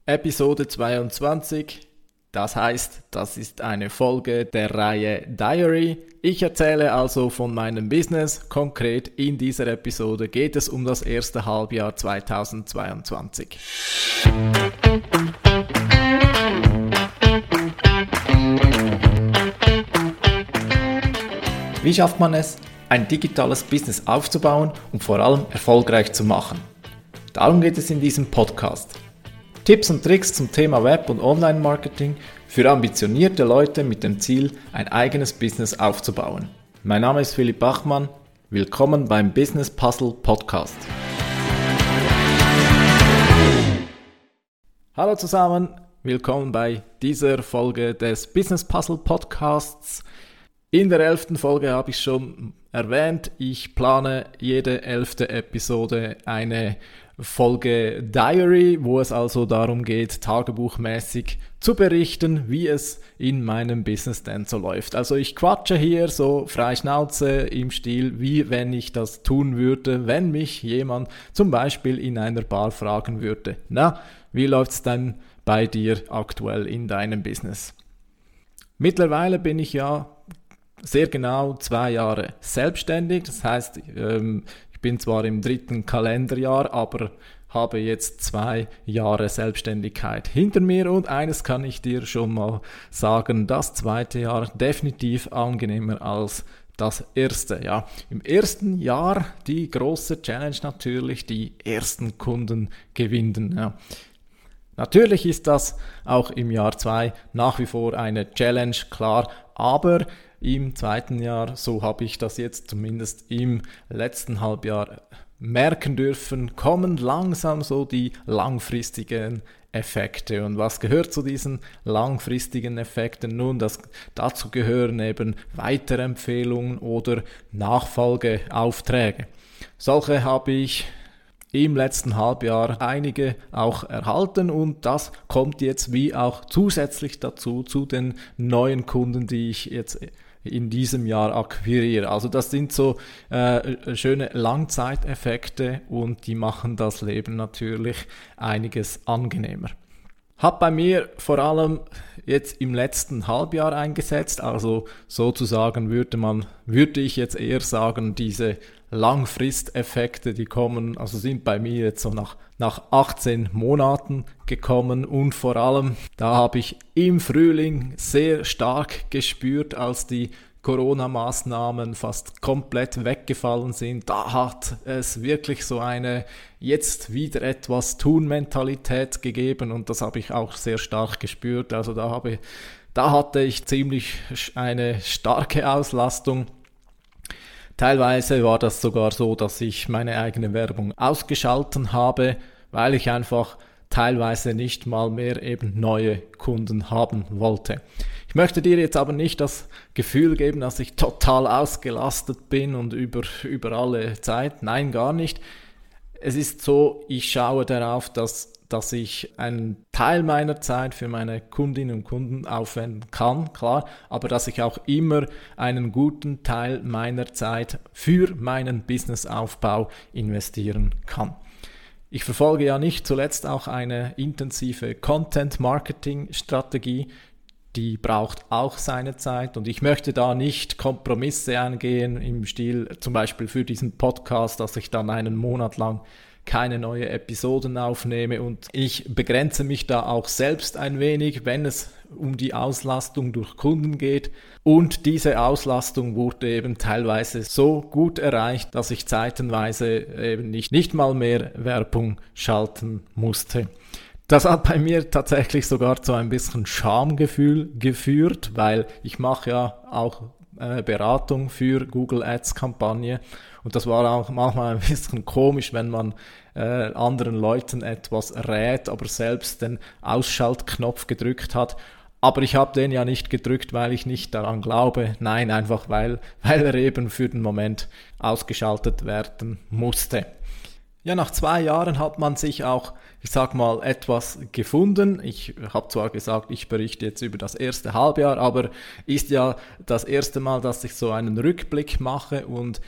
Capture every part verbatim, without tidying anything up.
Episode zweiundzwanzig, das heißt, das ist eine Folge der Reihe Diary. Ich erzähle also von meinem Business. Konkret in dieser Episode geht es um das erste Halbjahr zweitausendzweiundzwanzig. Wie schafft man es, ein digitales Business aufzubauen und vor allem erfolgreich zu machen? Darum geht es in diesem Podcast. Tipps und Tricks zum Thema Web- und Online-Marketing für ambitionierte Leute mit dem Ziel, ein eigenes Business aufzubauen. Mein Name ist Philipp Bachmann. Willkommen beim Business Puzzle Podcast. Hallo zusammen, willkommen bei dieser Folge des Business Puzzle Podcasts. In der elften Folge habe ich schon erwähnt, ich plane jede elfte Episode eine Folge Diary, wo es also darum geht, tagebuchmäßig zu berichten, wie es in meinem Business denn so läuft. Also ich quatsche hier so frei Schnauze im Stil, wie wenn ich das tun würde, wenn mich jemand zum Beispiel in einer Bar fragen würde, na, wie läuft's denn bei dir aktuell in deinem Business? Mittlerweile bin ich ja sehr genau zwei Jahre selbstständig, das heißt, ähm, ich bin zwar im dritten Kalenderjahr, aber habe jetzt zwei Jahre Selbstständigkeit hinter mir und eines kann ich dir schon mal sagen, das zweite Jahr definitiv angenehmer als das erste. Ja, im ersten Jahr die große Challenge natürlich, die ersten Kunden gewinnen. Ja. Natürlich ist das auch im Jahr zwei nach wie vor eine Challenge, klar, aber im zweiten Jahr, so habe ich das jetzt zumindest im letzten Halbjahr merken dürfen, kommen langsam so die langfristigen Effekte. Und was gehört zu diesen langfristigen Effekten? Nun, das, dazu gehören eben Weiterempfehlungen oder Nachfolgeaufträge. Solche habe ich im letzten Halbjahr einige auch erhalten und das kommt jetzt wie auch zusätzlich dazu zu den neuen Kunden, die ich jetzt in diesem Jahr akquiriere. Also das sind so äh, schöne Langzeiteffekte und die machen das Leben natürlich einiges angenehmer. Hat bei mir vor allem jetzt im letzten Halbjahr eingesetzt, also sozusagen würde man, würde ich jetzt eher sagen, diese Langfristeffekte, die kommen, also sind bei mir jetzt so nach, nach achtzehn Monaten gekommen und vor allem, da habe ich im Frühling sehr stark gespürt, als die Corona-Maßnahmen fast komplett weggefallen sind. Da hat es wirklich so eine jetzt wieder etwas tun Mentalität gegeben und das habe ich auch sehr stark gespürt. Also da habe, da hatte ich ziemlich eine starke Auslastung. Teilweise war das sogar so, dass ich meine eigene Werbung ausgeschalten habe, weil ich einfach teilweise nicht mal mehr eben neue Kunden haben wollte. Ich möchte dir jetzt aber nicht das Gefühl geben, dass ich total ausgelastet bin und über, über alle Zeit. Nein, gar nicht. Es ist so, ich schaue darauf, dass, dass ich einen Teil meiner Zeit für meine Kundinnen und Kunden aufwenden kann, klar, aber dass ich auch immer einen guten Teil meiner Zeit für meinen Businessaufbau investieren kann. Ich verfolge ja nicht zuletzt auch eine intensive Content-Marketing-Strategie, die braucht auch seine Zeit und ich möchte da nicht Kompromisse eingehen im Stil zum Beispiel für diesen Podcast, dass ich dann einen Monat lang keine neue Episoden aufnehme und ich begrenze mich da auch selbst ein wenig, wenn es um die Auslastung durch Kunden geht und diese Auslastung wurde eben teilweise so gut erreicht, dass ich zeitenweise eben nicht, nicht mal mehr Werbung schalten musste. Das hat bei mir tatsächlich sogar zu ein bisschen Schamgefühl geführt, weil ich mache ja auch äh, Beratung für Google Ads Kampagne und das war auch manchmal ein bisschen komisch, wenn man äh, anderen Leuten etwas rät, aber selbst den Ausschaltknopf gedrückt hat. Aber ich habe den ja nicht gedrückt, weil ich nicht daran glaube, nein, einfach weil, weil er eben für den Moment ausgeschaltet werden musste. Ja, nach zwei Jahren hat man sich auch, ich sag mal, etwas gefunden. Ich habe zwar gesagt, ich berichte jetzt über das erste Halbjahr, aber ist ja das erste Mal, dass ich so einen Rückblick mache und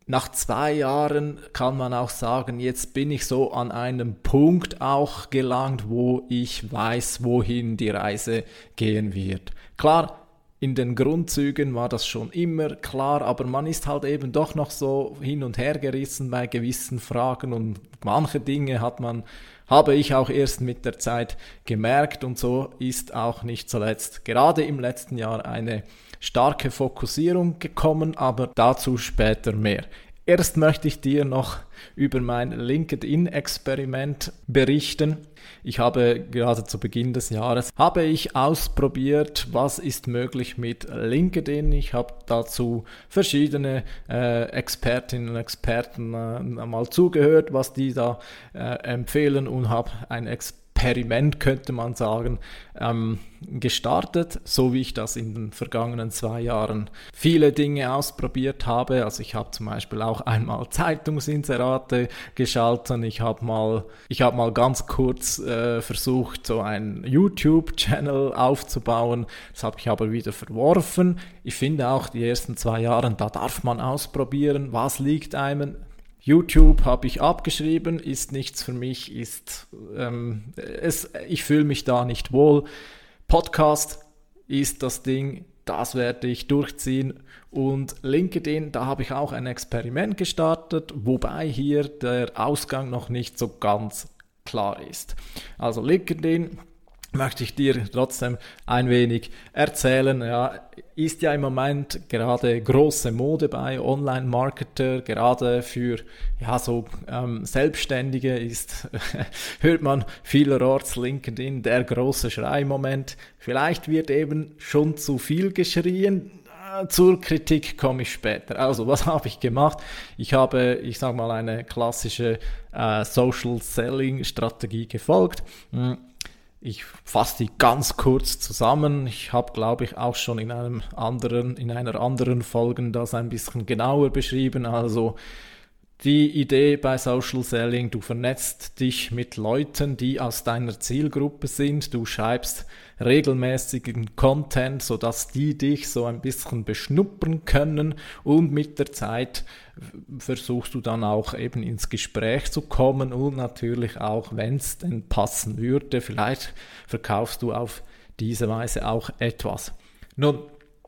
nach zwei Jahren kann man auch sagen, jetzt bin ich so an einem Punkt auch gelangt, wo ich weiß, wohin die Reise gehen wird. Klar, in den Grundzügen war das schon immer klar, aber man ist halt eben doch noch so hin und her gerissen bei gewissen Fragen und manche Dinge hat man, habe ich auch erst mit der Zeit gemerkt und so ist auch nicht zuletzt gerade im letzten Jahr eine starke Fokussierung gekommen, aber dazu später mehr. Erst möchte ich dir noch über mein LinkedIn-Experiment berichten. Ich habe gerade zu Beginn des Jahres, habe ich ausprobiert, was ist möglich mit LinkedIn. Ich habe dazu verschiedene äh, Expertinnen und Experten äh, mal zugehört, was die da äh, empfehlen und habe ein Experiment Experiment, könnte man sagen, ähm, gestartet, so wie ich das in den vergangenen zwei Jahren viele Dinge ausprobiert habe. Also ich habe zum Beispiel auch einmal Zeitungsinserate geschalten, ich habe mal, ich habe mal ganz kurz äh, versucht, so einen YouTube-Channel aufzubauen, das habe ich aber wieder verworfen. Ich finde auch, die ersten zwei Jahre, da darf man ausprobieren, was liegt einem. YouTube habe ich abgeschrieben, ist nichts für mich, ist ähm, es, ich fühle mich da nicht wohl. Podcast ist das Ding, das werde ich durchziehen. Und LinkedIn, da habe ich auch ein Experiment gestartet, wobei hier der Ausgang noch nicht so ganz klar ist. Also LinkedIn möchte ich dir trotzdem ein wenig erzählen. Ja, ist ja im Moment gerade große Mode bei Online-Marketer, gerade für ja so ähm, Selbstständige ist, hört man vielerorts LinkedIn der große Schreimoment. Vielleicht wird eben schon zu viel geschrien. Zur Kritik komme ich später. Also, was habe ich gemacht? Ich habe, ich sage mal, eine klassische äh, Social-Selling-Strategie gefolgt. Ich fasse die ganz kurz zusammen. Ich habe, glaube ich, auch schon in einem anderen, in einer anderen Folge das ein bisschen genauer beschrieben. Also die Idee bei Social Selling, du vernetzt dich mit Leuten, die aus deiner Zielgruppe sind. Du schreibst regelmäßigen Content, sodass die dich so ein bisschen beschnuppern können und mit der Zeit versuchst du dann auch eben ins Gespräch zu kommen und natürlich auch, wenn es denn passen würde, vielleicht verkaufst du auf diese Weise auch etwas. Nun,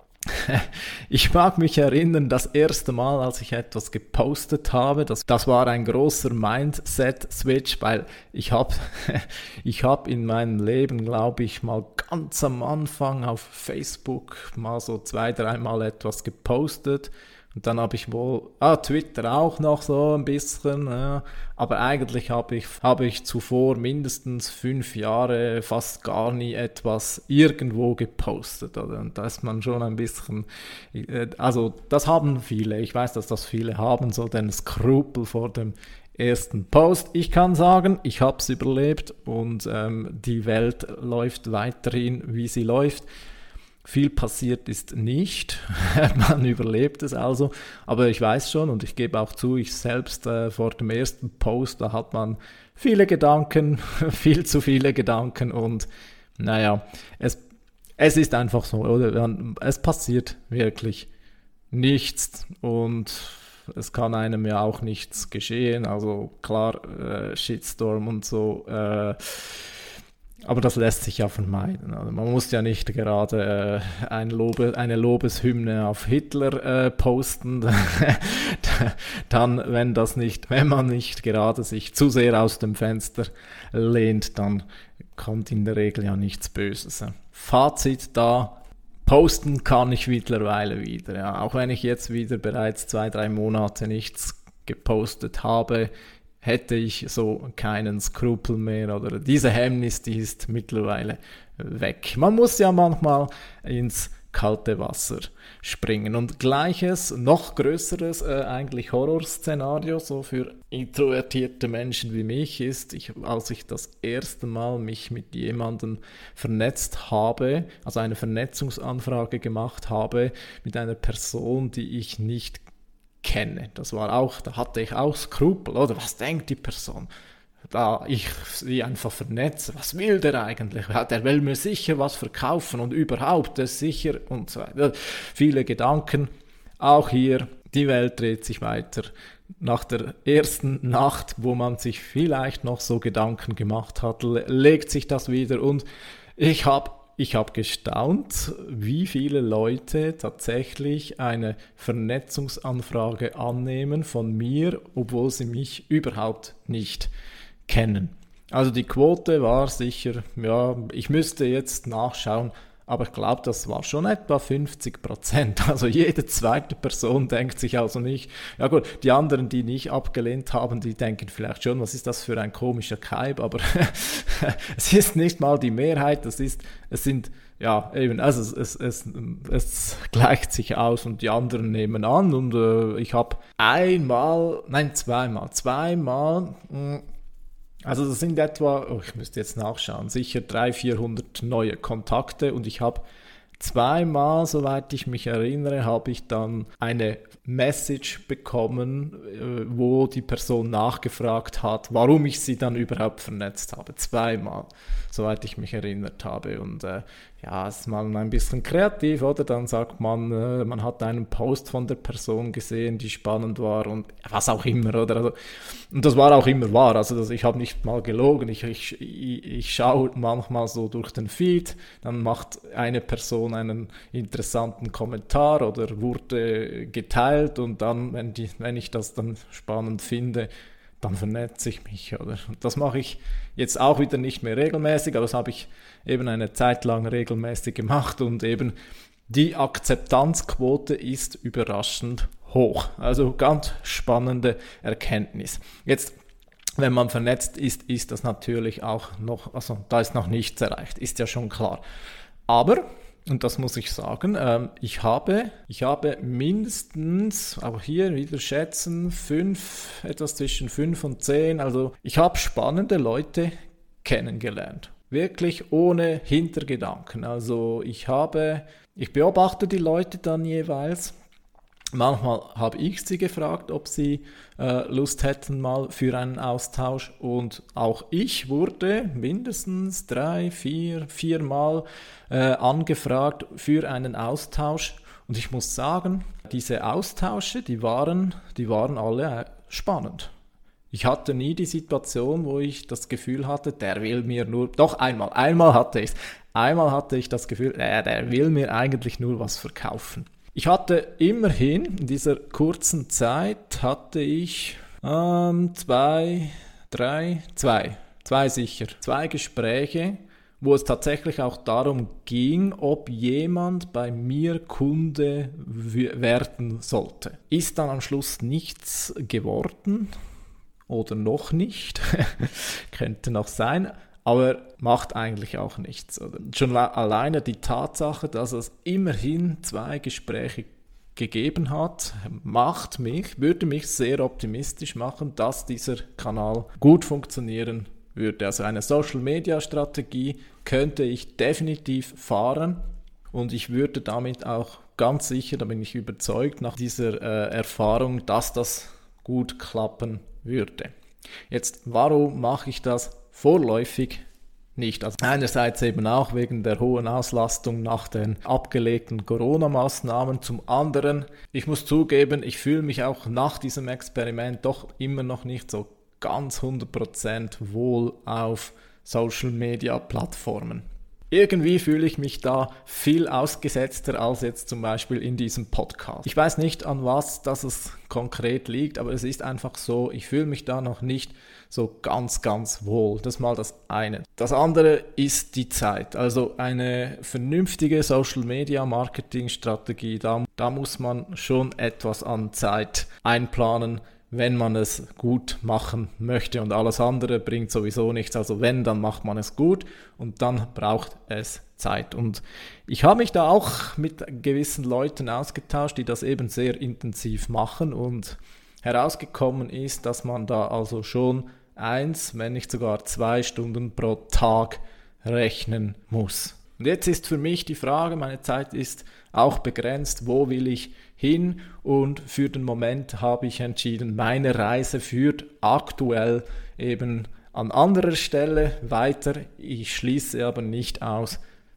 ich mag mich erinnern, das erste Mal, als ich etwas gepostet habe, das, das war ein großer Mindset-Switch, weil ich habe ich hab in meinem Leben, glaube ich, mal ganz am Anfang auf Facebook mal so zwei, dreimal etwas gepostet. Und dann habe ich wohl, ah, Twitter auch noch so ein bisschen, ja. Aber eigentlich habe ich, habe ich zuvor mindestens fünf Jahre fast gar nie etwas irgendwo gepostet. Oder? Und da ist man schon ein bisschen, also das haben viele, ich weiß, dass das viele haben, so den Skrupel vor dem ersten Post. Ich kann sagen, ich habe es überlebt und ähm, die Welt läuft weiterhin, wie sie läuft. Viel passiert ist nicht, man überlebt es also, aber ich weiß schon und ich gebe auch zu, ich selbst äh, vor dem ersten Post, da hat man viele Gedanken, viel zu viele Gedanken und naja, es, es ist einfach so, oder? Es passiert wirklich nichts und es kann einem ja auch nichts geschehen, also klar, äh, Shitstorm und so, äh, aber das lässt sich ja vermeiden. Also man muss ja nicht gerade äh, ein Lobe, eine Lobeshymne auf Hitler äh, posten. Dann, wenn das nicht, wenn man nicht gerade sich zu sehr aus dem Fenster lehnt, dann kommt in der Regel ja nichts Böses. Fazit da: Posten kann ich mittlerweile wieder. Ja. Auch wenn ich jetzt wieder bereits zwei, drei Monate nichts gepostet habe, hätte ich so keinen Skrupel mehr oder diese Hemmnis, die ist mittlerweile weg. Man muss ja manchmal ins kalte Wasser springen. Und gleiches, noch größeres äh, eigentlich Horrorszenario, so für introvertierte Menschen wie mich ist, ich, als ich das erste Mal mich mit jemandem vernetzt habe, also eine Vernetzungsanfrage gemacht habe mit einer Person, die ich nicht kenne. Das war auch, da hatte ich auch Skrupel, oder? Was denkt die Person? Da ich sie einfach vernetze, was will der eigentlich? Der will mir sicher was verkaufen und überhaupt, das ist sicher und so weiter. Viele Gedanken. Auch hier die Welt dreht sich weiter. Nach der ersten Nacht, wo man sich vielleicht noch so Gedanken gemacht hat, legt sich das wieder und ich habe ich hab gestaunt, wie viele Leute tatsächlich eine Vernetzungsanfrage annehmen von mir, obwohl sie mich überhaupt nicht kennen. Also die Quote war sicher, ja, ich müsste jetzt nachschauen, aber ich glaube, das war schon etwa fünfzig Prozent. Also jede zweite Person denkt sich also nicht, ja gut, die anderen, die nicht abgelehnt haben, die denken vielleicht schon, was ist das für ein komischer Kaib, aber es ist nicht mal die Mehrheit, das ist, es sind, ja eben, also es, es, es, es gleicht sich aus und die anderen nehmen an und äh, ich habe einmal, nein zweimal, zweimal, mh, also das sind etwa, oh, ich müsste jetzt nachschauen, sicher dreihundert, vierhundert neue Kontakte und ich habe zweimal, soweit ich mich erinnere, habe ich dann eine Message bekommen, wo die Person nachgefragt hat, warum ich sie dann überhaupt vernetzt habe. Zweimal, soweit ich mich erinnert habe. Und äh, ja, ist mal ein bisschen kreativ, oder? Dann sagt man, äh, man hat einen Post von der Person gesehen, die spannend war und was auch immer, oder? Also, und das war auch immer wahr. Also das, ich habe nicht mal gelogen. Ich, ich, ich, ich schaue manchmal so durch den Feed, dann macht eine Person einen interessanten Kommentar oder wurde geteilt und dann, wenn, die, wenn ich das dann spannend finde, dann vernetze ich mich, oder? Und das mache ich jetzt auch wieder nicht mehr regelmäßig, aber das habe ich eben eine Zeit lang regelmäßig gemacht und eben die Akzeptanzquote ist überraschend hoch. Also ganz spannende Erkenntnis. Jetzt, wenn man vernetzt ist, ist das natürlich auch noch, also da ist noch nichts erreicht, ist ja schon klar. Aber, und das muss ich sagen, ähm, ich habe, ich habe mindestens, auch hier wieder schätzen, fünf, etwas zwischen fünf und zehn, also ich habe spannende Leute kennengelernt. Wirklich ohne Hintergedanken. Also ich habe, ich beobachte die Leute dann jeweils. Manchmal habe ich sie gefragt, ob sie äh, Lust hätten mal für einen Austausch und auch ich wurde mindestens drei, vier, viermal äh, angefragt für einen Austausch und ich muss sagen, diese Austausche, die waren, die waren alle spannend. Ich hatte nie die Situation, wo ich das Gefühl hatte, der will mir nur, doch einmal, einmal hatte ich es, einmal hatte ich das Gefühl, äh, der will mir eigentlich nur was verkaufen. Ich hatte immerhin in dieser kurzen Zeit, hatte ich ähm, zwei, drei, zwei, zwei sicher, zwei Gespräche, wo es tatsächlich auch darum ging, ob jemand bei mir Kunde w- werden sollte. Ist dann am Schluss nichts geworden oder noch nicht, könnte noch sein. Aber macht eigentlich auch nichts. Oder? Schon alleine die Tatsache, dass es immerhin zwei Gespräche gegeben hat, macht mich, würde mich sehr optimistisch machen, dass dieser Kanal gut funktionieren würde. Also eine Social-Media-Strategie könnte ich definitiv fahren und ich würde damit auch ganz sicher, da bin ich überzeugt, nach dieser äh, Erfahrung, dass das gut klappen würde. Jetzt, warum mache ich das vorläufig nicht? Also einerseits eben auch wegen der hohen Auslastung nach den abgelegten Corona-Maßnahmen. Zum anderen, ich muss zugeben, ich fühle mich auch nach diesem Experiment doch immer noch nicht so ganz hundert Prozent wohl auf Social-Media-Plattformen. Irgendwie fühle ich mich da viel ausgesetzter als jetzt zum Beispiel in diesem Podcast. Ich weiß nicht, an was das es konkret liegt, aber es ist einfach so, ich fühle mich da noch nicht so ganz, ganz wohl. Das ist mal das eine. Das andere ist die Zeit. Also eine vernünftige Social-Media-Marketing-Strategie, da, da muss man schon etwas an Zeit einplanen, wenn man es gut machen möchte und alles andere bringt sowieso nichts. Also wenn, dann macht man es gut und dann braucht es Zeit. Und ich habe mich da auch mit gewissen Leuten ausgetauscht, die das eben sehr intensiv machen und herausgekommen ist, dass man da also schon eins, wenn nicht sogar zwei Stunden pro Tag rechnen muss. Und jetzt ist für mich die Frage, meine Zeit ist auch begrenzt, wo will ich hin? Und für den Moment habe ich entschieden, meine Reise führt aktuell eben an anderer Stelle weiter. Ich schließe aber nicht aus,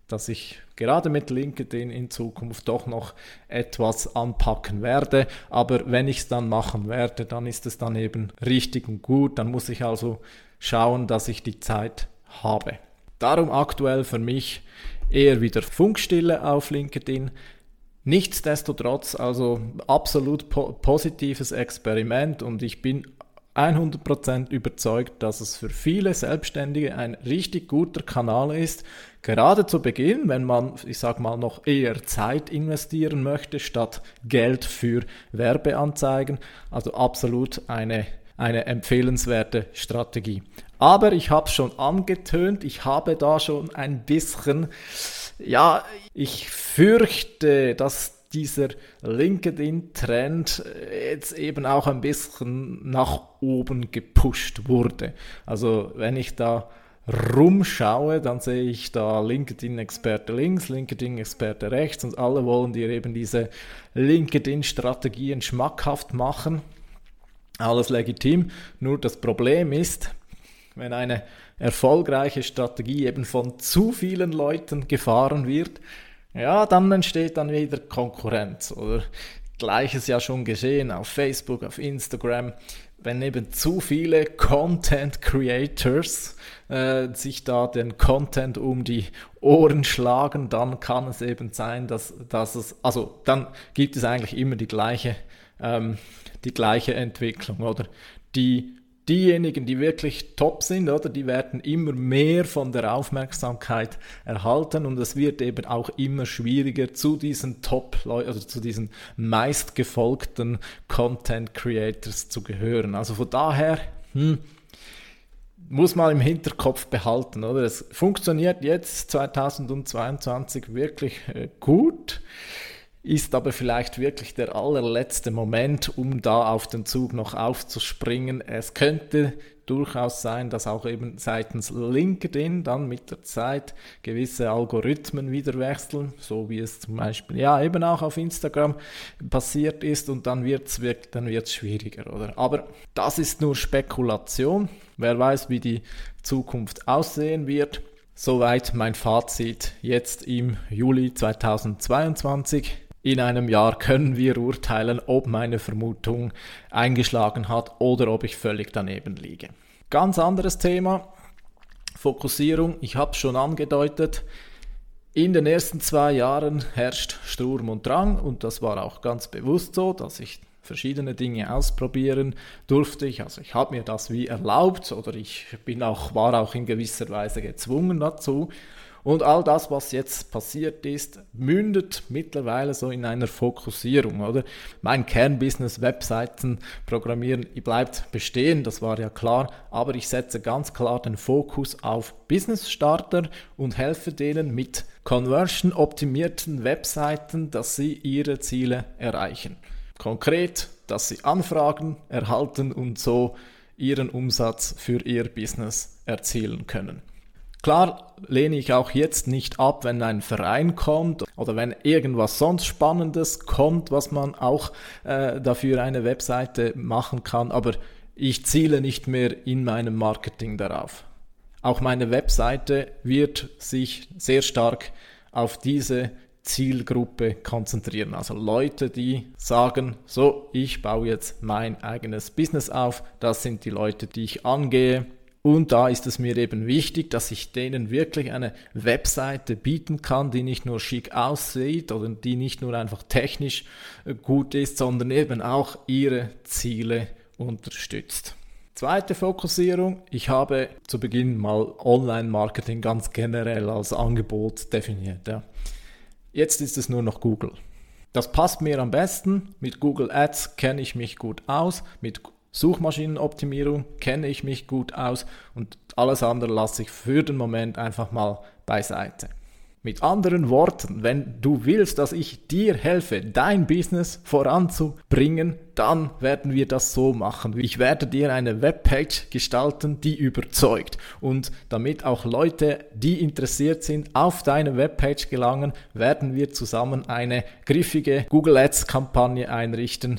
dass ich gerade mit LinkedIn in Zukunft doch noch etwas anpacken werde. Aber wenn ich es dann machen werde, dann ist es dann eben richtig und gut. Dann muss ich also schauen, dass ich die Zeit habe. Darum aktuell für mich eher wieder Funkstille auf LinkedIn. Nichtsdestotrotz also absolut po- positives Experiment und ich bin hundert Prozent überzeugt, dass es für viele Selbstständige ein richtig guter Kanal ist, gerade zu Beginn, wenn man, ich sag mal, noch eher Zeit investieren möchte, statt Geld für Werbeanzeigen. Also absolut eine, eine empfehlenswerte Strategie. Aber ich habe es schon angetönt, ich habe da schon ein bisschen, ja, ich fürchte, dass dieser LinkedIn-Trend jetzt eben auch ein bisschen nach oben gepusht wurde. Also wenn ich da rumschaue, dann sehe ich da LinkedIn-Experte links, LinkedIn-Experte rechts und alle wollen dir eben diese LinkedIn-Strategien schmackhaft machen. Alles legitim, nur das Problem ist, wenn eine erfolgreiche Strategie eben von zu vielen Leuten gefahren wird, ja, dann entsteht dann wieder Konkurrenz oder Gleiches ja schon geschehen auf Facebook, auf Instagram. Wenn eben zu viele Content Creators äh, sich da den Content um die Ohren schlagen, dann kann es eben sein, dass, dass es, also dann gibt es eigentlich immer die gleiche, ähm, die gleiche Entwicklung, oder? Die Diejenigen, die wirklich top sind, oder, die werden immer mehr von der Aufmerksamkeit erhalten und es wird eben auch immer schwieriger, zu diesen Top-Leuten, also zu diesen meistgefolgten Content Creators zu gehören. Also von daher hm, muss man im Hinterkopf behalten, oder? Es funktioniert jetzt zweitausendzweiundzwanzig wirklich äh, gut. Ist aber vielleicht wirklich der allerletzte Moment, um da auf den Zug noch aufzuspringen. Es könnte durchaus sein, dass auch eben seitens LinkedIn dann mit der Zeit gewisse Algorithmen wieder wechseln, so wie es zum Beispiel ja eben auch auf Instagram passiert ist und dann wird es dann wird's schwieriger, oder? Aber das ist nur Spekulation. Wer weiß, wie die Zukunft aussehen wird. Soweit mein Fazit jetzt im Juli zweitausendzweiundzwanzig. In einem Jahr können wir urteilen, ob meine Vermutung eingeschlagen hat oder ob ich völlig daneben liege. Ganz anderes Thema, Fokussierung, ich habe es schon angedeutet. In den ersten zwei Jahren herrscht Sturm und Drang und das war auch ganz bewusst so, dass ich verschiedene Dinge ausprobieren durfte ich. Also ich habe mir das wie erlaubt oder ich bin auch, war auch in gewisser Weise gezwungen dazu. Und all das, was jetzt passiert ist, mündet mittlerweile so in einer Fokussierung, oder? Mein Kernbusiness, Webseiten programmieren, bleibt bestehen, das war ja klar, aber ich setze ganz klar den Fokus auf Business Starter und helfe denen mit conversion-optimierten Webseiten, dass sie ihre Ziele erreichen. Konkret, dass sie Anfragen erhalten und so ihren Umsatz für ihr Business erzielen können. Klar lehne ich auch jetzt nicht ab, wenn ein Verein kommt oder wenn irgendwas sonst Spannendes kommt, was man auch äh, dafür eine Webseite machen kann, aber ich ziele nicht mehr in meinem Marketing darauf. Auch meine Webseite wird sich sehr stark auf diese Zielgruppe konzentrieren. Also Leute, die sagen, so, ich baue jetzt mein eigenes Business auf, das sind die Leute, die ich angehe. Und da ist es mir eben wichtig, dass ich denen wirklich eine Webseite bieten kann, die nicht nur schick aussieht oder die nicht nur einfach technisch gut ist, sondern eben auch ihre Ziele unterstützt. Zweite Fokussierung, ich habe zu Beginn mal Online-Marketing ganz generell als Angebot definiert. Ja. Jetzt ist es nur noch Google. Das passt mir am besten. Mit Google Ads kenne ich mich gut aus, mit Suchmaschinenoptimierung kenne ich mich gut aus und alles andere lasse ich für den Moment einfach mal beiseite. Mit anderen Worten, wenn du willst, dass ich dir helfe, dein Business voranzubringen, dann werden wir das so machen. Ich werde dir eine Webpage gestalten, die überzeugt und damit auch Leute, die interessiert sind, auf deine Webpage gelangen, werden wir zusammen eine griffige Google Ads Kampagne einrichten,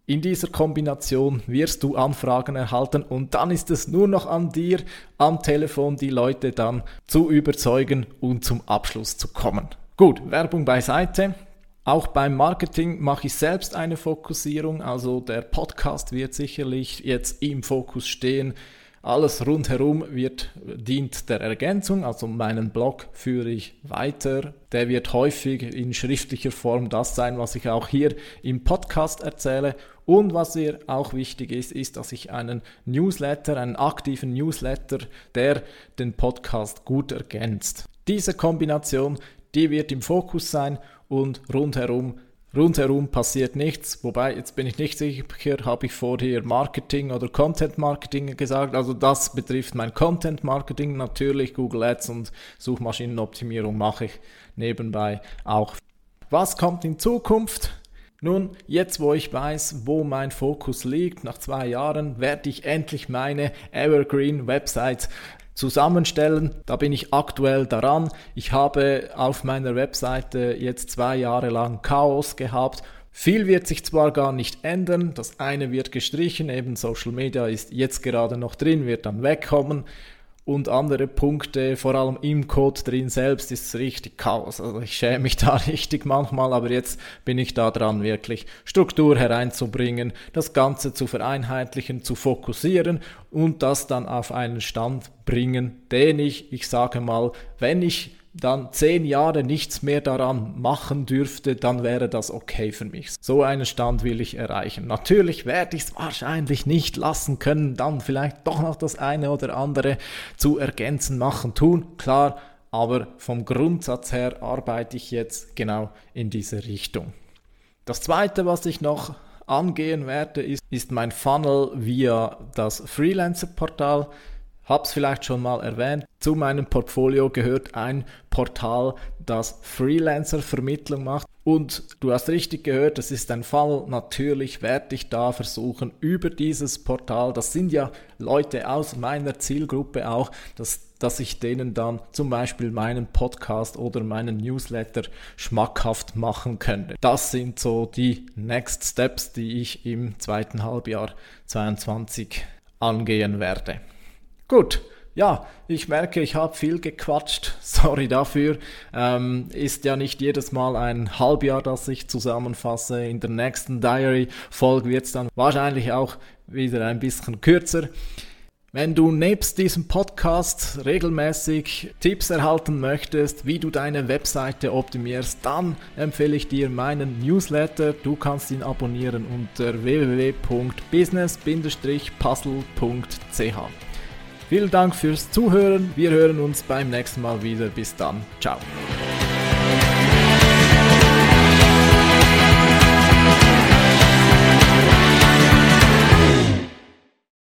In dieser Kombination wirst du Anfragen erhalten und dann ist es nur noch an dir, am Telefon die Leute dann zu überzeugen und zum Abschluss zu kommen. Gut, Werbung beiseite. Auch beim Marketing mache ich selbst eine Fokussierung, also der Podcast wird sicherlich jetzt im Fokus stehen. Alles rundherum wird, dient der Ergänzung, also meinen Blog führe ich weiter. Der wird häufig in schriftlicher Form das sein, was ich auch hier im Podcast erzähle. Und was mir auch wichtig ist, ist, dass ich einen Newsletter, einen aktiven Newsletter, der den Podcast gut ergänzt. Diese Kombination, die wird im Fokus sein und rundherum Rundherum passiert nichts, wobei, jetzt bin ich nicht sicher, habe ich vorher Marketing oder Content Marketing gesagt, also das betrifft mein Content Marketing, natürlich Google Ads und Suchmaschinenoptimierung mache ich nebenbei auch. Was kommt in Zukunft? Nun, jetzt wo ich weiß, wo mein Fokus liegt, nach zwei Jahren werde ich endlich meine Evergreen-Website zusammenstellen. Da bin ich aktuell daran. Ich habe auf meiner Webseite jetzt zwei Jahre lang Chaos gehabt. Viel wird sich zwar gar nicht ändern. Das eine wird gestrichen, eben Social Media ist jetzt gerade noch drin, wird dann wegkommen. Und andere Punkte, vor allem im Code drin selbst, ist richtig Chaos. Also ich schäme mich da richtig manchmal, aber jetzt bin ich da dran, wirklich Struktur hereinzubringen, das Ganze zu vereinheitlichen, zu fokussieren und das dann auf einen Stand bringen, den ich, ich sage mal, wenn ich dann zehn Jahre nichts mehr daran machen dürfte, dann wäre das okay für mich. So einen Stand will ich erreichen. Natürlich werde ich es wahrscheinlich nicht lassen können, dann vielleicht doch noch das eine oder andere zu ergänzen, machen, tun, klar, aber vom Grundsatz her arbeite ich jetzt genau in diese Richtung. Das zweite, was ich noch angehen werde, ist, ist mein Funnel via das Freelancer-Portal. Hab's vielleicht schon mal erwähnt, zu meinem Portfolio gehört ein Portal, das Freelancer-Vermittlung macht. Und du hast richtig gehört, das ist ein Fall. Natürlich werde ich da versuchen, über dieses Portal, das sind ja Leute aus meiner Zielgruppe auch, dass, dass ich denen dann zum Beispiel meinen Podcast oder meinen Newsletter schmackhaft machen könnte. Das sind so die Next Steps, die ich im zweiten Halbjahr zweiundzwanzig angehen werde. Gut, ja, ich merke, ich habe viel gequatscht, sorry dafür, ähm, ist ja nicht jedes Mal ein Halbjahr, das ich zusammenfasse, in der nächsten Diary-Folge wird es dann wahrscheinlich auch wieder ein bisschen kürzer. Wenn du nebst diesem Podcast regelmäßig Tipps erhalten möchtest, wie du deine Webseite optimierst, dann empfehle ich dir meinen Newsletter. Du kannst ihn abonnieren unter w w w punkt business Bindestrich puzzle punkt c h. Vielen Dank fürs Zuhören. Wir hören uns beim nächsten Mal wieder. Bis dann. Ciao.